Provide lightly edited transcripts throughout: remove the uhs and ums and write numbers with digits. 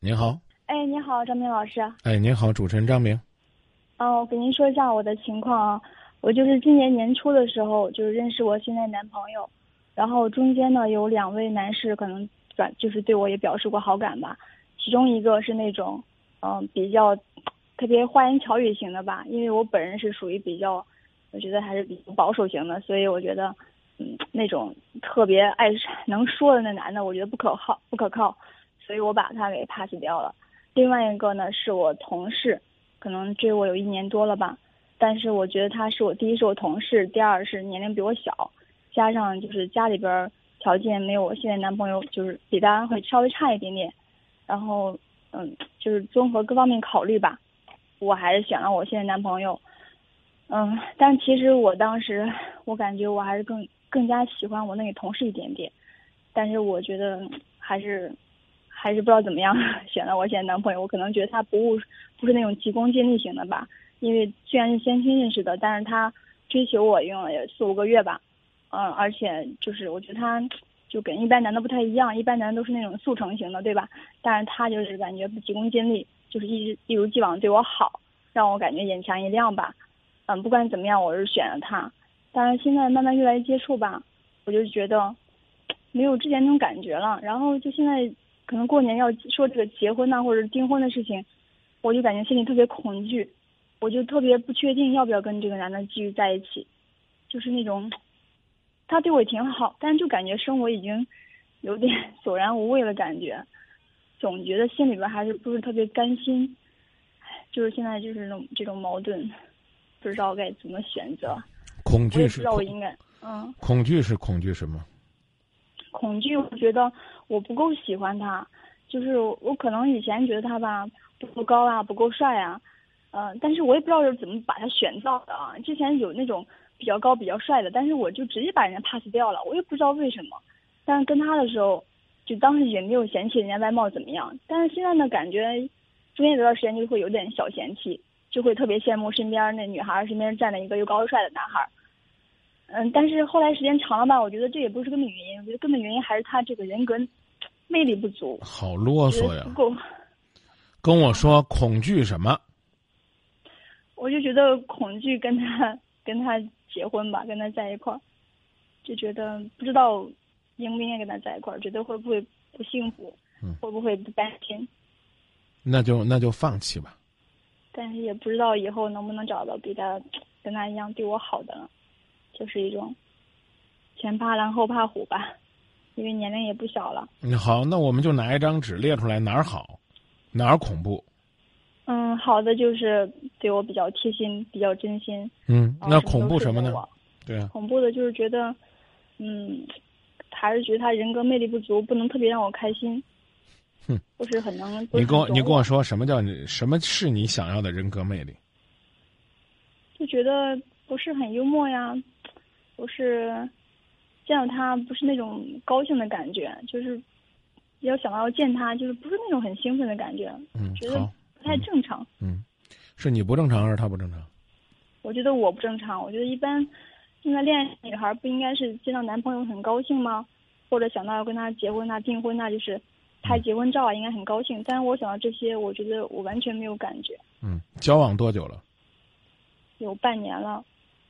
您好。 哎，你好，张明老师。 哎，您好，主持人张明。 我跟您说一下我的情况啊。我就是今年年初的时候，就是认识我现在男朋友，然后中间呢有2位男士可能就是对我也表示过好感吧。其中一个是那种比较特别花言巧语型的吧，因为我本人是属于比较，我觉得还是比较保守型的，所以我觉得那种特别能说的那男的，我觉得不可靠，所以我把他给 pass 掉了。另外一个呢是我同事，可能追我有1年多了吧，但是我觉得他是第一是我同事，第二是年龄比我小，加上就是家里边条件没有我现在男朋友就是比他会稍微差一点点，然后就是综合各方面考虑吧，我还是选了我现在男朋友。但其实我当时我感觉我还是更加喜欢我那个同事一点点，但是我觉得还是不知道怎么样选了我现在男朋友。我可能觉得他不是那种急功近利型的吧，因为虽然是相亲认识的，但是他追求我用了也4-5个月吧。而且就是我觉得他就跟一般男的不太一样，一般男的都是那种速成型的，对吧？但是他就是感觉不急功近利，就是一如既往对我好，让我感觉眼前一亮吧。不管怎么样，我是选了他。但是现在慢慢越来越接触吧，我就觉得没有之前那种感觉了。然后就现在可能过年要说这个结婚或者订婚的事情，我就感觉心里特别恐惧，我就特别不确定要不要跟这个男的继续在一起。就是那种他对我挺好，但是就感觉生活已经有点索然无味的感觉，总觉得心里边还是不是特别甘心。就是现在就是这种矛盾，不知道该怎么选择。 恐惧是我也不知道我应该恐惧是恐惧什么？ 恐惧，我觉得我不够喜欢他，就是我可能以前觉得他吧不够高啊，不够帅啊，但是我也不知道是怎么把他选到的啊。之前有那种比较高比较帅的，但是我就直接把人家 pass 掉了，我也不知道为什么。但是跟他的时候，就当时也没有嫌弃人家外貌怎么样，但是现在呢，感觉中间有段时间就会有点小嫌弃，就会特别羡慕身边那女孩身边站了一个又高又帅的男孩。但是后来时间长了吧，我觉得这也不是根本原因，我觉得根本原因还是他这个人格魅力不足。 好啰嗦呀！ 不够。 跟我说恐惧什么？ 我就觉得恐惧跟他结婚吧，跟他在一块儿，就觉得不知道应不应该跟他在一块儿，觉得会不会不幸福，会不会不甘心。 那就放弃吧。 但是也不知道以后能不能找到跟他一样对我好的了，就是一种前怕狼后怕虎吧，因为年龄也不小了。 好，那我们就拿一张纸列出来哪儿好，哪儿恐怖。 好的就是对我比较贴心，比较真心。 那恐怖什么呢？对啊， 恐怖的就是觉得，还是觉得他人格魅力不足，不能特别让我开心。不是很能。 你跟我说什么是你想要的人格魅力？ 就觉得不是很幽默呀，不是见到他不是那种高兴的感觉，就是要想到要见他，就是不是那种很兴奋的感觉。觉得不太正常。 是你不正常还是他不正常？ 我觉得我不正常。我觉得一般现在恋爱女孩不应该是见到男朋友很高兴吗？或者想到要跟他结婚订婚就是拍结婚照啊，应该很高兴。但是我想到这些，我觉得我完全没有感觉。 交往多久了？ 有半年了。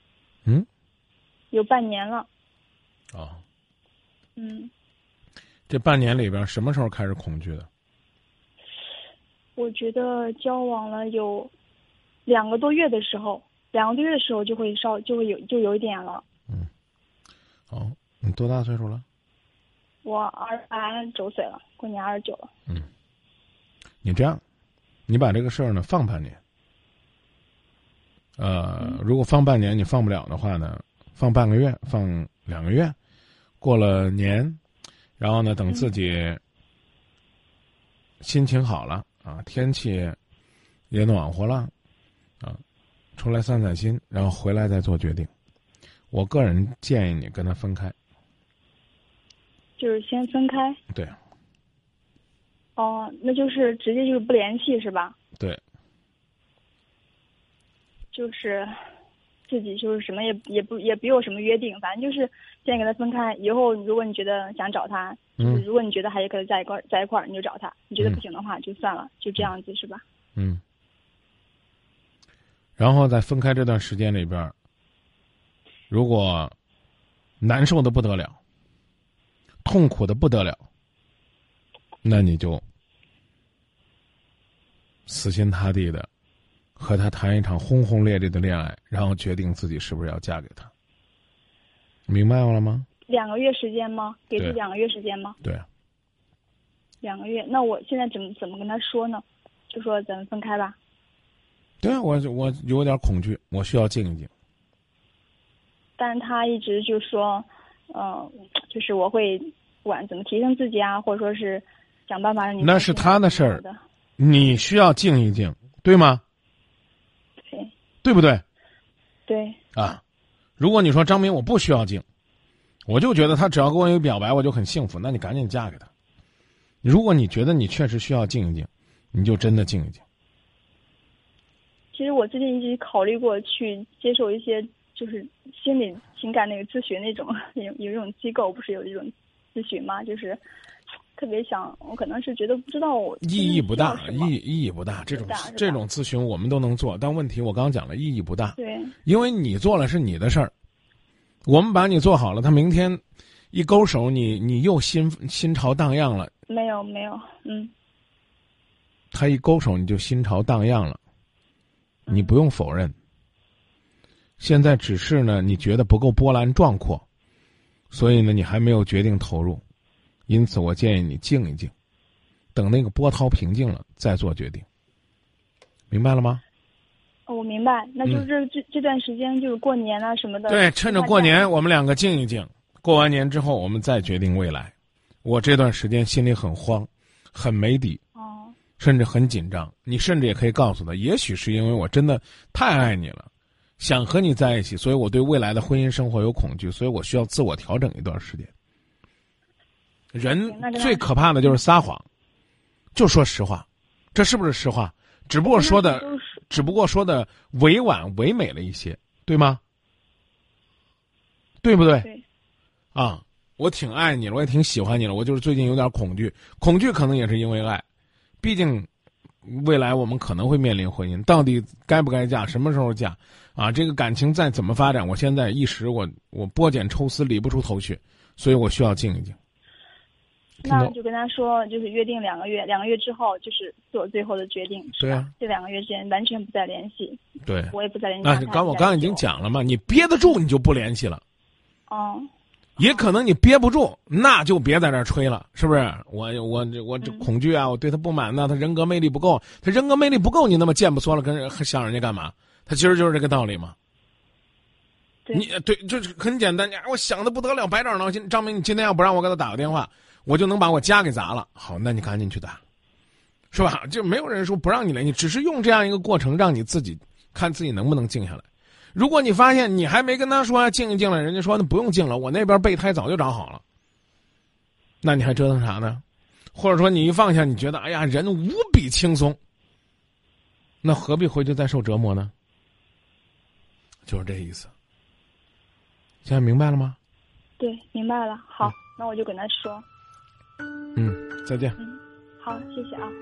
有半年了。 这半年里边什么时候开始恐惧的？ 我觉得交往了有2个多月的时候就有一点了。 好，你多大岁数了？ 我29岁了，过年29了。 你这样，你把这个事儿呢放半年。如果放半年你放不了的话呢，放半个月，放2个月，过了年，然后呢，等自己心情好了天气也暖和了出来散散心，然后回来再做决定。我个人建议你跟他分开。 就是先分开。 对。 那就是直接就是不联系是吧？ 对。 就是自己就是什么也没有什么约定，反正就是现在跟他分开，以后如果你觉得想找他，就是如果你觉得还可以在一块儿，你就找他；你觉得不行的话就算了，就这样子是吧？ 嗯。然后在分开这段时间里边，如果难受的不得了，痛苦的不得了，那你就死心塌地的和他谈一场轰轰烈烈的恋爱，然后决定自己是不是要嫁给他。明白了吗 ？2个月时间吗？给这2个月时间吗？ 对。 2个月，那我现在怎么跟他说呢？就说咱们分开吧。 对啊，我有点恐惧，我需要静一静。 但是他一直就说，就是我会不管怎么提升自己啊，或者说是想办法让你。 那是他的事儿，你需要静一静，对吗？ 对。 对不对？ 对。 啊，如果你说张明我不需要静，我就觉得他只要跟我有表白我就很幸福，那你赶紧嫁给他。如果你觉得你确实需要静一静，你就真的静一静。 其实我最近一直考虑过去接受一些就是心理情感那个咨询那种，有一种机构不是有一种咨询吗？就是特别想，我可能是觉得不知道我意义不大，意义不大。这种咨询我们都能做，但问题我刚刚讲了，意义不大。 对， 因为你做了是你的事儿，我们把你做好了，他明天一勾手，你又心潮荡漾了。 没有， 他一勾手你就心潮荡漾了，你不用否认。现在只是呢，你觉得不够波澜壮阔，所以呢，你还没有决定投入。因此，我建议你静一静，等那个波涛平静了再做决定。明白了吗？ 我明白，那就是这段时间就是过年啊什么的。 对，趁着过年我们2个静一静，过完年之后我们再决定未来。我这段时间心里很慌，很没底，甚至很紧张。你甚至也可以告诉他，也许是因为我真的太爱你了，想和你在一起，所以我对未来的婚姻生活有恐惧，所以我需要自我调整一段时间。人最可怕的就是撒谎，就说实话，这是不是实话？只不过说的委婉唯美了一些，对吗？对不对？ 对。 啊，我挺爱你了，我也挺喜欢你了，我就是最近有点恐惧，可能也是因为爱，毕竟未来我们可能会面临婚姻，到底该不该嫁，什么时候嫁啊？这个感情再怎么发展，我现在一时我剥茧抽丝理不出头绪，所以我需要静一静。 那就跟他说，就是约定2个月，2个月之后就是做最后的决定。 对啊， 这2个月之间完全不再联系。 对， 我也不再联系。 那我刚已经讲了嘛，你憋得住你就不联系了。 哦。 也可能你憋不住，那就别在这儿吹了，是不是？我这恐惧啊，我对他不满呢，他人格魅力不够，你那么贱不缩了，想人家干嘛？他其实就是这个道理嘛。 对。 对，就是很简单。我想的不得了，百爪挠心。张明，你今天要不让我给他打个电话，我就能把我家给砸了。好，那你赶紧去打，是吧？就没有人说不让你联系，只是用这样一个过程，让你自己看自己能不能静下来。如果你发现你还没跟他说静一静了，人家说那不用静了，我那边备胎早就找好了，那你还折腾啥呢？或者说你一放下，你觉得哎呀人无比轻松，那何必回去再受折磨呢？就是这意思。现在明白了吗？ 对，明白了。好，那我就跟他说。 再见。 好，谢谢啊。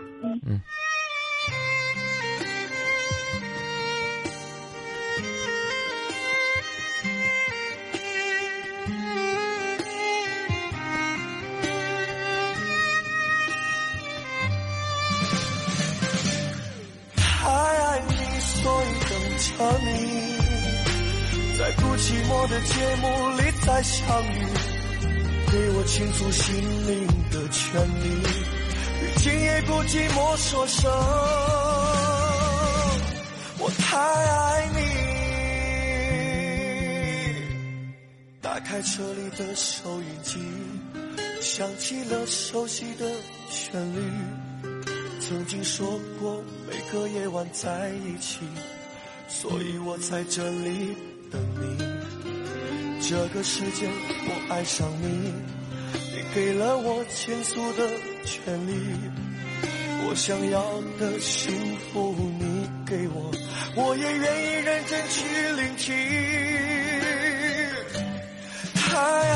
和你在不寂寞的节目里再相遇，给我倾诉心灵的权利，与今夜不寂寞说声我太爱你。打开车里的收音机，响起了熟悉的旋律，曾经说过每个夜晚在一起，所以我在这里等你。这个世界我爱上你，你给了我倾诉的权利，我想要的幸福你给我，我也愿意认真起聆听。太